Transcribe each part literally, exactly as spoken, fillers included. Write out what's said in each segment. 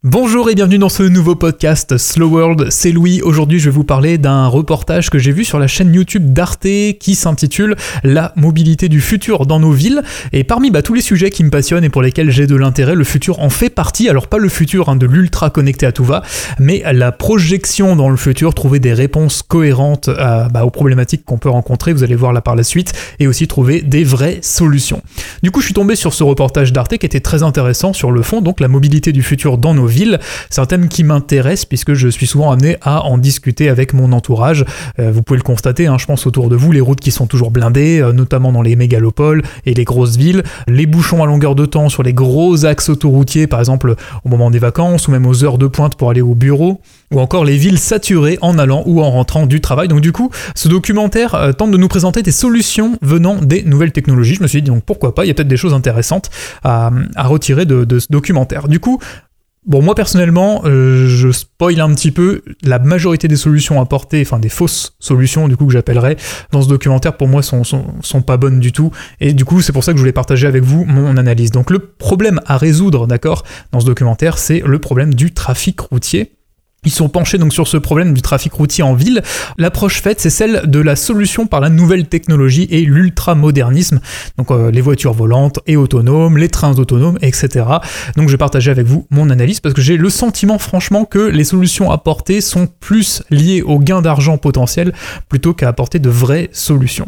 Bonjour et bienvenue dans ce nouveau podcast Slow World, c'est Louis. Aujourd'hui je vais vous parler d'un reportage que j'ai vu sur la chaîne YouTube d'Arte qui s'intitule « La mobilité du futur dans nos villes ». Et parmi bah, tous les sujets qui me passionnent et pour lesquels j'ai de l'intérêt, le futur en fait partie. Alors pas le futur hein, de l'ultra connecté à tout va, mais la projection dans le futur, trouver des réponses cohérentes à, bah, aux problématiques qu'on peut rencontrer, vous allez voir là par la suite, et aussi trouver des vraies solutions. Du coup je suis tombé sur ce reportage d'Arte qui était très intéressant sur le fond, donc la mobilité du futur dans nos villes. C'est un thème qui m'intéresse puisque je suis souvent amené à en discuter avec mon entourage. Euh, vous pouvez le constater, hein, je pense autour de vous, les routes qui sont toujours blindées, euh, notamment dans les mégalopoles et les grosses villes, les bouchons à longueur de temps sur les gros axes autoroutiers, par exemple au moment des vacances ou même aux heures de pointe pour aller au bureau, ou encore les villes saturées en allant ou en rentrant du travail. Donc du coup, ce documentaire euh, tente de nous présenter des solutions venant des nouvelles technologies. Je me suis dit donc pourquoi pas, il y a peut-être des choses intéressantes à, à retirer de, de ce documentaire. Du coup, bon, moi personnellement, euh, je spoil un petit peu, la majorité des solutions apportées, enfin des fausses solutions du coup que j'appellerais dans ce documentaire, pour moi sont, sont, sont pas bonnes du tout, et du coup c'est pour ça que je voulais partager avec vous mon analyse. Donc le problème à résoudre, d'accord, dans ce documentaire, c'est le problème du trafic routier. Ils sont penchés donc sur ce problème du trafic routier en ville. L'approche faite, c'est celle de la solution par la nouvelle technologie et l'ultramodernisme. Donc euh, les voitures volantes et autonomes, les trains autonomes, et cetera. Donc je vais partager avec vous mon analyse parce que j'ai le sentiment franchement que les solutions apportées sont plus liées au gain d'argent potentiel plutôt qu'à apporter de vraies solutions.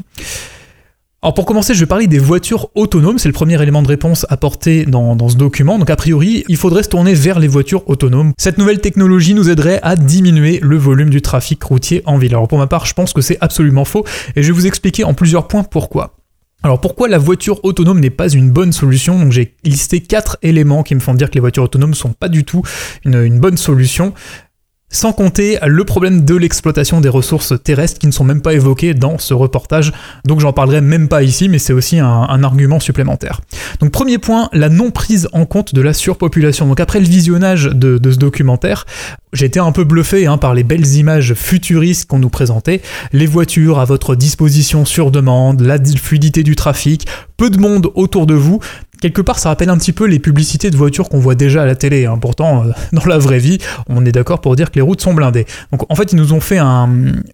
Alors pour commencer, je vais parler des voitures autonomes, c'est le premier élément de réponse apporté dans, dans ce document. Donc a priori, il faudrait se tourner vers les voitures autonomes. Cette nouvelle technologie nous aiderait à diminuer le volume du trafic routier en ville. Alors pour ma part, je pense que c'est absolument faux, et je vais vous expliquer en plusieurs points pourquoi. Alors pourquoi la voiture autonome n'est pas une bonne solution? Donc j'ai listé quatre éléments qui me font dire que les voitures autonomes ne sont pas du tout une, une bonne solution. Sans compter le problème de l'exploitation des ressources terrestres qui ne sont même pas évoquées dans ce reportage, donc j'en parlerai même pas ici, mais c'est aussi un, un argument supplémentaire. Donc premier point, la non prise en compte de la surpopulation. Donc après le visionnage de, de ce documentaire, j'ai été un peu bluffé hein, par les belles images futuristes qu'on nous présentait, les voitures à votre disposition sur demande, la fluidité du trafic, peu de monde autour de vous. Quelque part, ça rappelle un petit peu les publicités de voitures qu'on voit déjà à la télé. Hein. Pourtant, euh, dans la vraie vie, on est d'accord pour dire que les routes sont blindées. Donc en fait, ils nous ont fait un...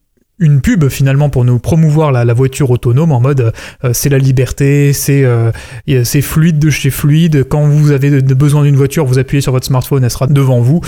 une pub finalement pour nous promouvoir la, la voiture autonome en mode euh, c'est la liberté, c'est, euh, c'est fluide de chez fluide, quand vous avez de, de besoin d'une voiture, vous appuyez sur votre smartphone, elle sera devant vous.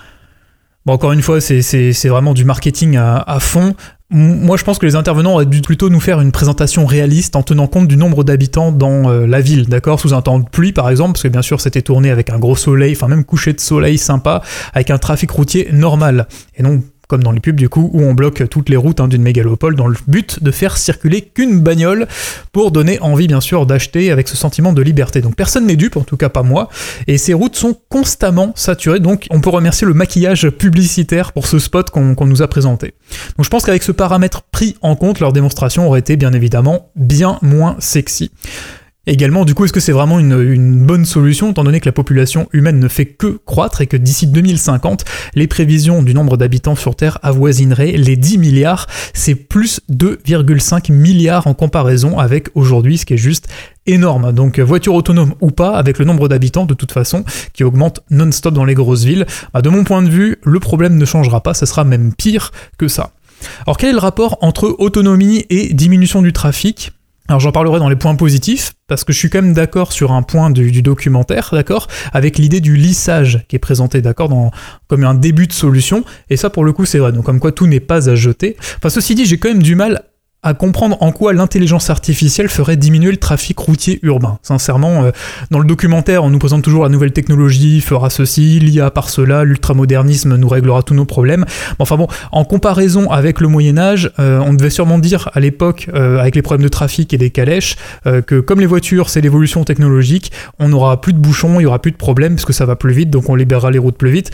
Bon, encore une fois, c'est, c'est, c'est vraiment du marketing à, à fond. Moi, je pense que les intervenants auraient dû plutôt nous faire une présentation réaliste en tenant compte du nombre d'habitants dans euh, la ville, d'accord, sous un temps de pluie par exemple, parce que bien sûr c'était tourné avec un gros soleil, enfin même coucher de soleil sympa, avec un trafic routier normal, et non comme dans les pubs du coup, où on bloque toutes les routes hein, d'une mégalopole dans le but de faire circuler qu'une bagnole pour donner envie bien sûr d'acheter avec ce sentiment de liberté. Donc personne n'est dupe, en tout cas pas moi, et ces routes sont constamment saturées, donc on peut remercier le maquillage publicitaire pour ce spot qu'on, qu'on nous a présenté. Donc je pense qu'avec ce paramètre pris en compte, leur démonstration aurait été bien évidemment bien moins sexy. Également, du coup, est-ce que c'est vraiment une, une bonne solution, étant donné que la population humaine ne fait que croître et que d'ici deux mille cinquante, les prévisions du nombre d'habitants sur Terre avoisineraient les dix milliards, c'est plus deux virgule cinq milliards en comparaison avec aujourd'hui, ce qui est juste énorme. Donc voiture autonome ou pas, avec le nombre d'habitants de toute façon qui augmente non-stop dans les grosses villes, bah, de mon point de vue, le problème ne changera pas, ça sera même pire que ça. Alors quel est le rapport entre autonomie et diminution du trafic ? Alors j'en parlerai dans les points positifs, parce que je suis quand même d'accord sur un point du, du documentaire, d'accord, avec l'idée du lissage qui est présenté, d'accord, dans, comme un début de solution, et ça pour le coup c'est vrai, donc comme quoi tout n'est pas à jeter. Enfin ceci dit, j'ai quand même du mal à comprendre en quoi l'intelligence artificielle ferait diminuer le trafic routier urbain. Sincèrement, euh, dans le documentaire, on nous présente toujours la nouvelle technologie, fera ceci, l'I A par cela, l'ultramodernisme nous réglera tous nos problèmes. Enfin bon, en comparaison avec le Moyen-Âge, euh, on devait sûrement dire à l'époque, euh, avec les problèmes de trafic et des calèches, euh, que comme les voitures, c'est l'évolution technologique, on n'aura plus de bouchons, il n'y aura plus de problèmes, parce que ça va plus vite, donc on libérera les routes plus vite.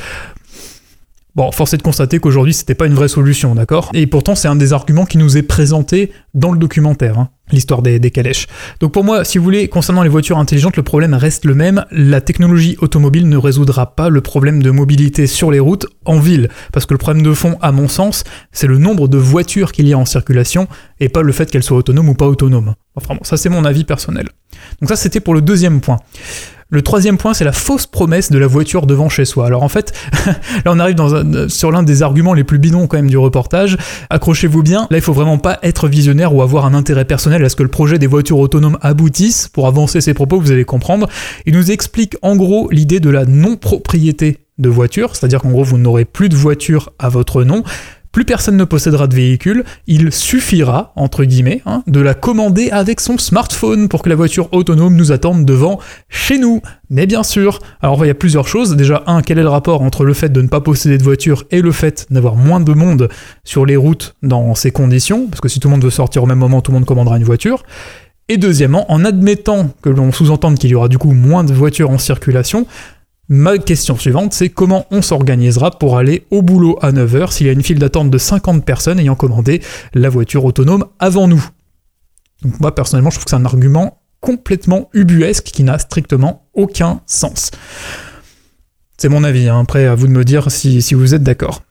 Bon, force est de constater qu'aujourd'hui, c'était pas une vraie solution, d'accord ? Et pourtant, c'est un des arguments qui nous est présenté dans le documentaire, hein, l'histoire des, des calèches. Donc pour moi, si vous voulez, concernant les voitures intelligentes, le problème reste le même. La technologie automobile ne résoudra pas le problème de mobilité sur les routes en ville. Parce que le problème de fond, à mon sens, c'est le nombre de voitures qu'il y a en circulation, et pas le fait qu'elles soient autonomes ou pas autonomes. Enfin bon, ça c'est mon avis personnel. Donc ça, c'était pour le deuxième point. Le troisième point, c'est la fausse promesse de la voiture devant chez soi. Alors en fait, là on arrive dans un, sur l'un des arguments les plus bidons quand même du reportage. Accrochez-vous bien, là il faut vraiment pas être visionnaire ou avoir un intérêt personnel à ce que le projet des voitures autonomes aboutisse. Pour avancer ses propos, vous allez comprendre. Il nous explique en gros l'idée de la non-propriété de voiture, c'est-à-dire qu'en gros vous n'aurez plus de voiture à votre nom. Plus personne ne possédera de véhicule, il suffira, entre guillemets, hein, de la commander avec son smartphone pour que la voiture autonome nous attende devant chez nous. Mais bien sûr, alors il y a plusieurs choses. Déjà, un, quel est le rapport entre le fait de ne pas posséder de voiture et le fait d'avoir moins de monde sur les routes dans ces conditions? Parce que si tout le monde veut sortir au même moment, tout le monde commandera une voiture. Et deuxièmement, en admettant que l'on sous-entende qu'il y aura du coup moins de voitures en circulation, ma question suivante, c'est comment on s'organisera pour aller au boulot à neuf heures s'il y a une file d'attente de cinquante personnes ayant commandé la voiture autonome avant nous? Donc moi, personnellement, je trouve que c'est un argument complètement ubuesque qui n'a strictement aucun sens. C'est mon avis, hein. Après, à vous de me dire si, si vous êtes d'accord.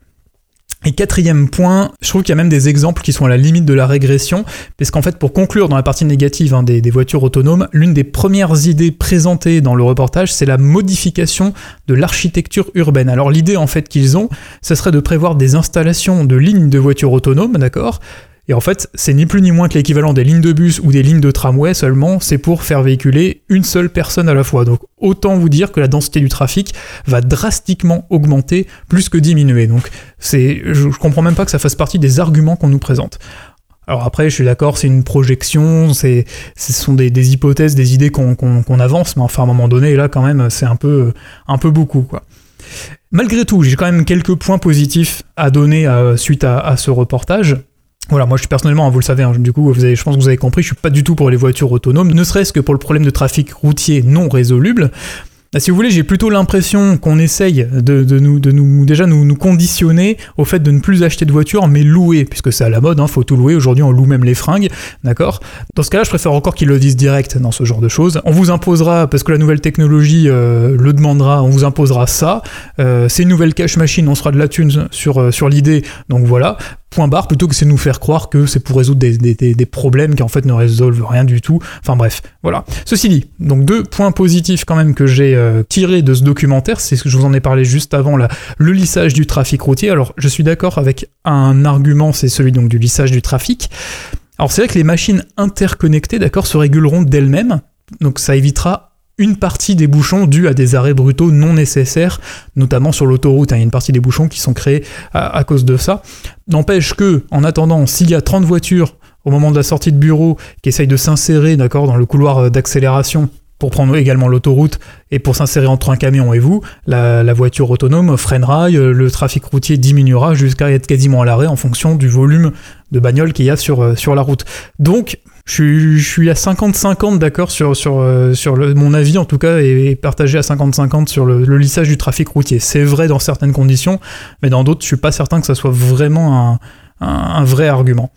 Et quatrième point, je trouve qu'il y a même des exemples qui sont à la limite de la régression, parce qu'en fait, pour conclure dans la partie négative hein, des, des voitures autonomes, l'une des premières idées présentées dans le reportage, c'est la modification de l'architecture urbaine. Alors l'idée en fait qu'ils ont, ce serait de prévoir des installations de lignes de voitures autonomes, d'accord ? Et en fait, c'est ni plus ni moins que l'équivalent des lignes de bus ou des lignes de tramway, seulement c'est pour faire véhiculer une seule personne à la fois. Donc autant vous dire que la densité du trafic va drastiquement augmenter plus que diminuer. Donc c'est, je, je comprends même pas que ça fasse partie des arguments qu'on nous présente. Alors après, je suis d'accord, c'est une projection, c'est, ce sont des, des hypothèses, des idées qu'on, qu'on, qu'on avance, mais enfin à un moment donné, là quand même, c'est un peu, un peu beaucoup, quoi. Malgré tout, j'ai quand même quelques points positifs à donner à, suite à, à ce reportage. Voilà, moi je suis personnellement, vous le savez, hein, du coup, vous avez, je pense que vous avez compris, je suis pas du tout pour les voitures autonomes, ne serait-ce que pour le problème de trafic routier non résoluble. Si vous voulez, j'ai plutôt l'impression qu'on essaye de, de, nous, de nous, déjà nous, nous conditionner au fait de ne plus acheter de voiture, mais louer, puisque c'est à la mode, hein, faut tout louer, aujourd'hui on loue même les fringues, d'accord ? Dans ce cas-là, je préfère encore qu'ils le disent direct dans ce genre de choses. On vous imposera, parce que la nouvelle technologie euh, le demandera, on vous imposera ça, euh, c'est une nouvelle cash machine, on sera de la thune sur, euh, sur l'idée, donc voilà. Point barre, plutôt que c'est de nous faire croire que c'est pour résoudre des, des, des problèmes qui en fait ne résolvent rien du tout. Enfin bref, voilà. Ceci dit, donc deux points positifs quand même que j'ai euh, tirés de ce documentaire, c'est ce que je vous en ai parlé juste avant, là, le lissage du trafic routier. Alors je suis d'accord avec un argument, c'est celui donc du lissage du trafic. Alors c'est vrai que les machines interconnectées, d'accord, se réguleront d'elles-mêmes, donc ça évitera une partie des bouchons dus à des arrêts brutaux non nécessaires, notamment sur l'autoroute. Il y a une partie des bouchons qui sont créés à, à cause de ça. N'empêche que, en attendant, s'il y a trente voitures au moment de la sortie de bureau qui essayent de s'insérer, d'accord, dans le couloir d'accélération pour prendre également l'autoroute et pour s'insérer entre un camion et vous, la, la voiture autonome freinera, le trafic routier diminuera jusqu'à être quasiment à l'arrêt en fonction du volume de bagnoles qu'il y a sur, sur la route. Donc, Je suis, je suis à cinquante cinquante d'accord sur, sur, sur le, mon avis en tout cas est partagé à cinquante cinquante sur le, le lissage du trafic routier. C'est vrai dans certaines conditions, mais dans d'autres je suis pas certain que ça soit vraiment un, un, un vrai argument.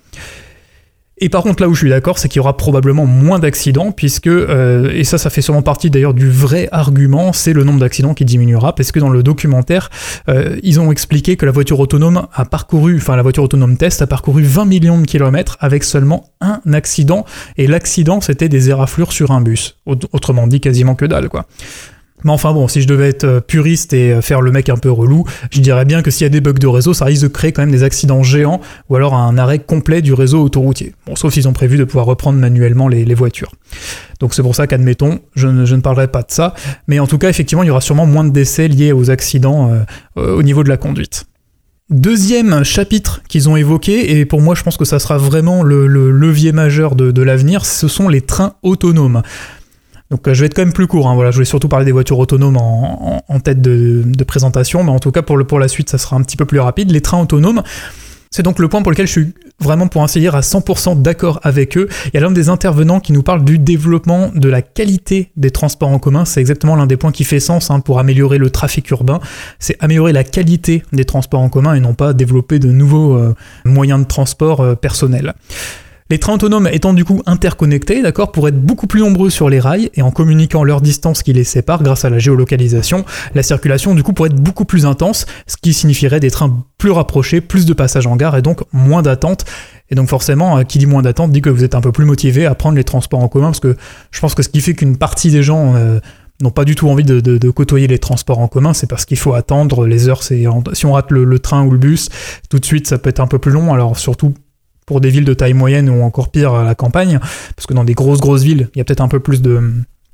Et par contre, là où je suis d'accord, c'est qu'il y aura probablement moins d'accidents, puisque, euh, et ça, ça fait sûrement partie d'ailleurs du vrai argument, c'est le nombre d'accidents qui diminuera, parce que dans le documentaire, euh, ils ont expliqué que la voiture autonome a parcouru, enfin la voiture autonome test a parcouru vingt millions de kilomètres avec seulement un accident, et l'accident, c'était des éraflures sur un bus. Autrement dit, quasiment que dalle, quoi. Mais enfin bon, si je devais être puriste et faire le mec un peu relou, je dirais bien que s'il y a des bugs de réseau, ça risque de créer quand même des accidents géants, ou alors un arrêt complet du réseau autoroutier. Bon, sauf s'ils ont prévu de pouvoir reprendre manuellement les, les voitures. Donc c'est pour ça qu'admettons, je ne, je ne parlerai pas de ça, mais en tout cas, effectivement, il y aura sûrement moins de décès liés aux accidents euh, au niveau de la conduite. Deuxième chapitre qu'ils ont évoqué, et pour moi je pense que ça sera vraiment le, le levier majeur de, de l'avenir, ce sont les trains autonomes. Donc je vais être quand même plus court, hein, voilà, je vais surtout parler des voitures autonomes en, en, en tête de, de présentation, mais en tout cas pour, le, pour la suite ça sera un petit peu plus rapide. Les trains autonomes, c'est donc le point pour lequel je suis vraiment pour ainsi dire à cent pour cent d'accord avec eux. Il y a l'un des intervenants qui nous parle du développement de la qualité des transports en commun, c'est exactement l'un des points qui fait sens hein, pour améliorer le trafic urbain, c'est améliorer la qualité des transports en commun et non pas développer de nouveaux euh, moyens de transport euh, personnels. Les trains autonomes étant du coup interconnectés, d'accord, pour être beaucoup plus nombreux sur les rails et en communiquant leur distance qui les sépare grâce à la géolocalisation, la circulation du coup pourrait être beaucoup plus intense, ce qui signifierait des trains plus rapprochés, plus de passages en gare et donc moins d'attente. Et donc forcément, qui dit moins d'attente dit que vous êtes un peu plus motivé à prendre les transports en commun, parce que je pense que ce qui fait qu'une partie des gens euh, n'ont pas du tout envie de, de, de côtoyer les transports en commun, c'est parce qu'il faut attendre les heures, c'est, si on rate le, le train ou le bus, tout de suite ça peut être un peu plus long, alors surtout pour des villes de taille moyenne ou encore pire à la campagne, parce que dans des grosses grosses villes, il y a peut-être un peu plus de,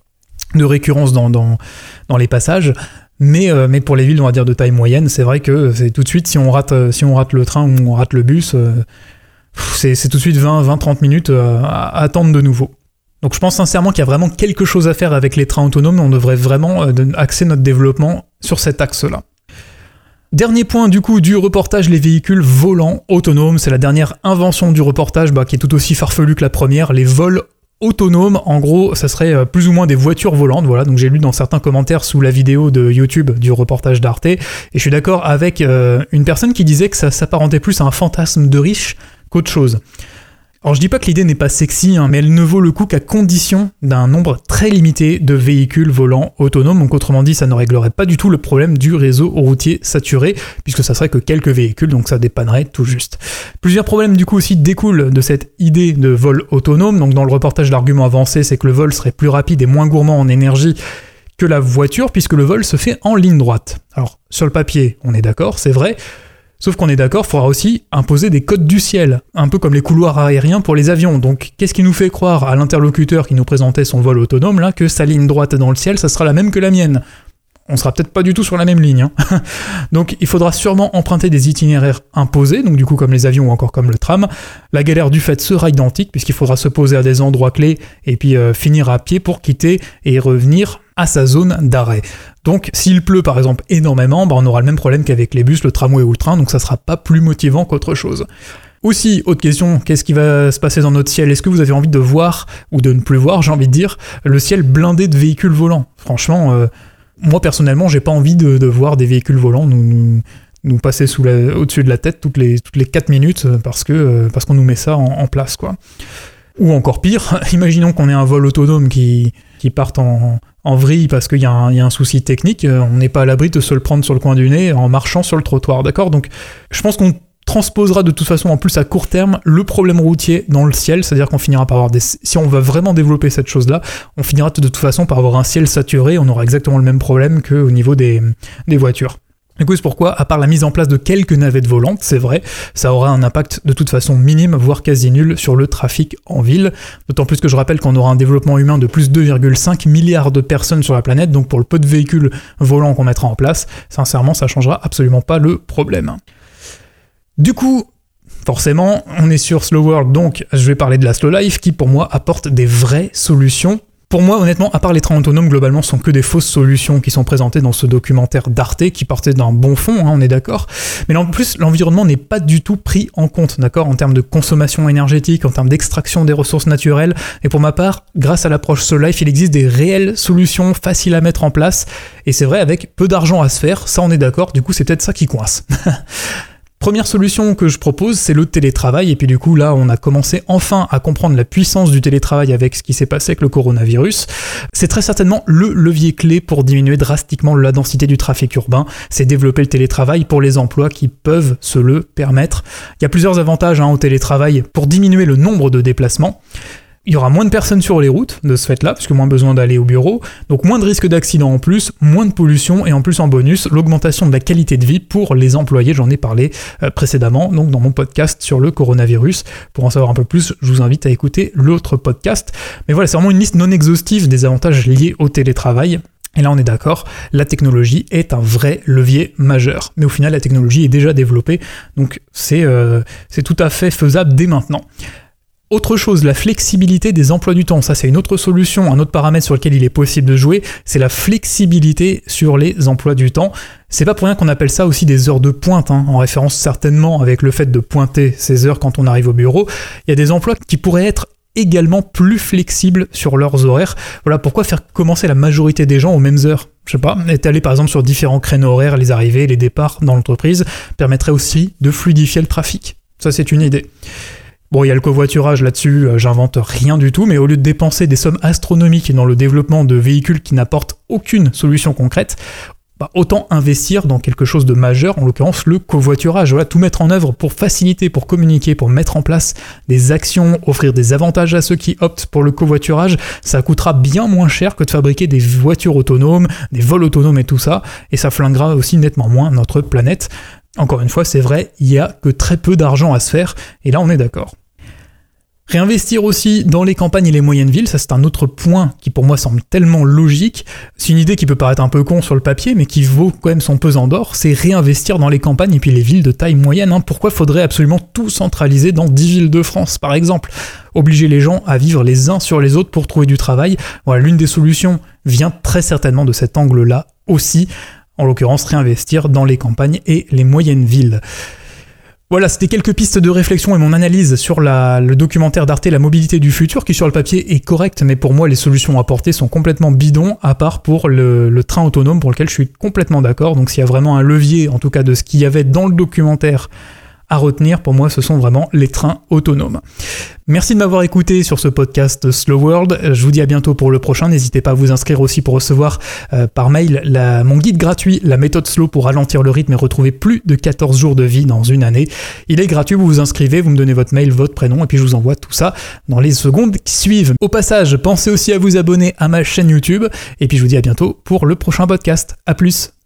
de récurrence dans, dans, dans les passages, mais, euh, mais pour les villes on va dire de taille moyenne, c'est vrai que c'est tout de suite, si on rate, si on rate le train ou on rate le bus, euh, c'est, c'est tout de suite vingt à trente minutes euh, à attendre de nouveau. Donc je pense sincèrement qu'il y a vraiment quelque chose à faire avec les trains autonomes, on devrait vraiment euh, axer notre développement sur cet axe-là. Dernier point du coup du reportage, les véhicules volants autonomes, c'est la dernière invention du reportage bah, qui est tout aussi farfelue que la première, les vols autonomes, en gros ça serait plus ou moins des voitures volantes, voilà, donc j'ai lu dans certains commentaires sous la vidéo de YouTube du reportage d'Arte, et je suis d'accord avec euh, une personne qui disait que ça s'apparentait plus à un fantasme de riche qu'autre chose. Alors je dis pas que l'idée n'est pas sexy, hein, mais elle ne vaut le coup qu'à condition d'un nombre très limité de véhicules volants autonomes, donc autrement dit ça ne réglerait pas du tout le problème du réseau routier saturé, puisque ça serait que quelques véhicules, donc ça dépannerait tout juste. Plusieurs problèmes du coup aussi découlent de cette idée de vol autonome, donc dans le reportage l'argument avancé c'est que le vol serait plus rapide et moins gourmand en énergie que la voiture, puisque le vol se fait en ligne droite. Alors sur le papier on est d'accord, c'est vrai, sauf qu'on est d'accord, il faudra aussi imposer des codes du ciel, un peu comme les couloirs aériens pour les avions. Donc qu'est-ce qui nous fait croire à l'interlocuteur qui nous présentait son vol autonome là que sa ligne droite dans le ciel, ça sera la même que la mienne ? On sera peut-être pas du tout sur la même ligne. Hein. Donc il faudra sûrement emprunter des itinéraires imposés, donc du coup comme les avions ou encore comme le tram. La galère du fait sera identique puisqu'il faudra se poser à des endroits clés et puis euh, finir à pied pour quitter et revenir à sa zone d'arrêt. Donc s'il pleut par exemple énormément, bah, on aura le même problème qu'avec les bus, le tramway ou le train, donc ça sera pas plus motivant qu'autre chose. Aussi, autre question, qu'est-ce qui va se passer dans notre ciel ? Est-ce que vous avez envie de voir, ou de ne plus voir, j'ai envie de dire, le ciel blindé de véhicules volants ? Franchement, euh, moi personnellement, j'ai pas envie de, de voir des véhicules volants nous, nous, nous passer sous la, au-dessus de la tête toutes les, toutes les quatre minutes parce, que, euh, parce qu'on nous met ça en, en place, quoi. Ou encore pire, imaginons qu'on ait un vol autonome qui, qui parte en, en vrille parce qu'il y a un, il y a un souci technique, on n'est pas à l'abri de se le prendre sur le coin du nez en marchant sur le trottoir, d'accord ? Donc je pense qu'on transposera de toute façon en plus à court terme le problème routier dans le ciel, c'est-à-dire qu'on finira par avoir des... Si on va vraiment développer cette chose-là, on finira de toute façon par avoir un ciel saturé, on aura exactement le même problème qu'au niveau des, des voitures. Du coup, c'est pourquoi, à part la mise en place de quelques navettes volantes, c'est vrai, ça aura un impact de toute façon minime, voire quasi nul, sur le trafic en ville. D'autant plus que je rappelle qu'on aura un développement humain de plus de deux virgule cinq milliards de personnes sur la planète, donc pour le peu de véhicules volants qu'on mettra en place, sincèrement, ça changera absolument pas le problème. Du coup, forcément, on est sur Slow World, donc je vais parler de la Slow Life, qui pour moi apporte des vraies solutions. Pour moi, honnêtement, à part les trains autonomes, globalement, ce sont que des fausses solutions qui sont présentées dans ce documentaire d'Arte, qui partait d'un bon fond, hein, on est d'accord. Mais en plus, l'environnement n'est pas du tout pris en compte, d'accord, en termes de consommation énergétique, en termes d'extraction des ressources naturelles. Et pour ma part, grâce à l'approche Slow Life, il existe des réelles solutions faciles à mettre en place. Et c'est vrai, avec peu d'argent à se faire, ça on est d'accord, du coup c'est peut-être ça qui coince. Première solution que je propose, c'est le télétravail, et puis du coup là on a commencé enfin à comprendre la puissance du télétravail avec ce qui s'est passé avec le coronavirus. C'est très certainement le levier clé pour diminuer drastiquement la densité du trafic urbain, c'est développer le télétravail pour les emplois qui peuvent se le permettre. Il y a plusieurs avantages hein, au télétravail pour diminuer le nombre de déplacements. Il y aura moins de personnes sur les routes, de ce fait-là, puisque moins besoin d'aller au bureau, donc moins de risques d'accidents en plus, moins de pollution, et en plus en bonus, l'augmentation de la qualité de vie pour les employés, j'en ai parlé euh, précédemment, donc dans mon podcast sur le coronavirus. Pour en savoir un peu plus, je vous invite à écouter l'autre podcast. Mais voilà, c'est vraiment une liste non exhaustive des avantages liés au télétravail. Et là on est d'accord, la technologie est un vrai levier majeur. Mais au final, la technologie est déjà développée, donc c'est, euh, c'est tout à fait faisable dès maintenant. Autre chose, la flexibilité des emplois du temps, ça c'est une autre solution, un autre paramètre sur lequel il est possible de jouer, c'est la flexibilité sur les emplois du temps. C'est pas pour rien qu'on appelle ça aussi des heures de pointe, hein, en référence certainement avec le fait de pointer ces heures quand on arrive au bureau. Il y a des emplois qui pourraient être également plus flexibles sur leurs horaires. Voilà, pourquoi faire commencer la majorité des gens aux mêmes heures ? Je sais pas, étaler par exemple sur différents créneaux horaires, les arrivées, les départs dans l'entreprise, permettrait aussi de fluidifier le trafic. Ça c'est une idée. Bon, il y a le covoiturage là-dessus, euh, j'invente rien du tout, mais au lieu de dépenser des sommes astronomiques dans le développement de véhicules qui n'apportent aucune solution concrète, bah, autant investir dans quelque chose de majeur, en l'occurrence le covoiturage. Voilà, tout mettre en œuvre pour faciliter, pour communiquer, pour mettre en place des actions, offrir des avantages à ceux qui optent pour le covoiturage. Ça coûtera bien moins cher que de fabriquer des voitures autonomes, des vols autonomes et tout ça, et ça flinguera aussi nettement moins notre planète. Encore une fois, c'est vrai, il y a que très peu d'argent à se faire, et là on est d'accord. Réinvestir aussi dans les campagnes et les moyennes villes, ça c'est un autre point qui pour moi semble tellement logique. C'est une idée qui peut paraître un peu con sur le papier, mais qui vaut quand même son pesant d'or, c'est réinvestir dans les campagnes et puis les villes de taille moyenne. Hein. Pourquoi faudrait absolument tout centraliser dans dix villes de France, par exemple ? Obliger les gens à vivre les uns sur les autres pour trouver du travail. Voilà, l'une des solutions vient très certainement de cet angle-là aussi, en l'occurrence réinvestir dans les campagnes et les moyennes villes. Voilà, c'était quelques pistes de réflexion et mon analyse sur la, le documentaire d'Arte, La mobilité du futur, qui sur le papier est correct, mais pour moi les solutions apportées sont complètement bidons, à part pour le, le train autonome, pour lequel je suis complètement d'accord. Donc s'il y a vraiment un levier, en tout cas de ce qu'il y avait dans le documentaire à retenir, pour moi ce sont vraiment les trains autonomes. Merci de m'avoir écouté sur ce podcast Slow World, je vous dis à bientôt pour le prochain, n'hésitez pas à vous inscrire aussi pour recevoir euh, par mail la, mon guide gratuit, la méthode Slow pour ralentir le rythme et retrouver plus de quatorze jours de vie dans une année. Il est gratuit, vous vous inscrivez, vous me donnez votre mail, votre prénom et puis je vous envoie tout ça dans les secondes qui suivent. Au passage, pensez aussi à vous abonner à ma chaîne YouTube et puis je vous dis à bientôt pour le prochain podcast. À plus.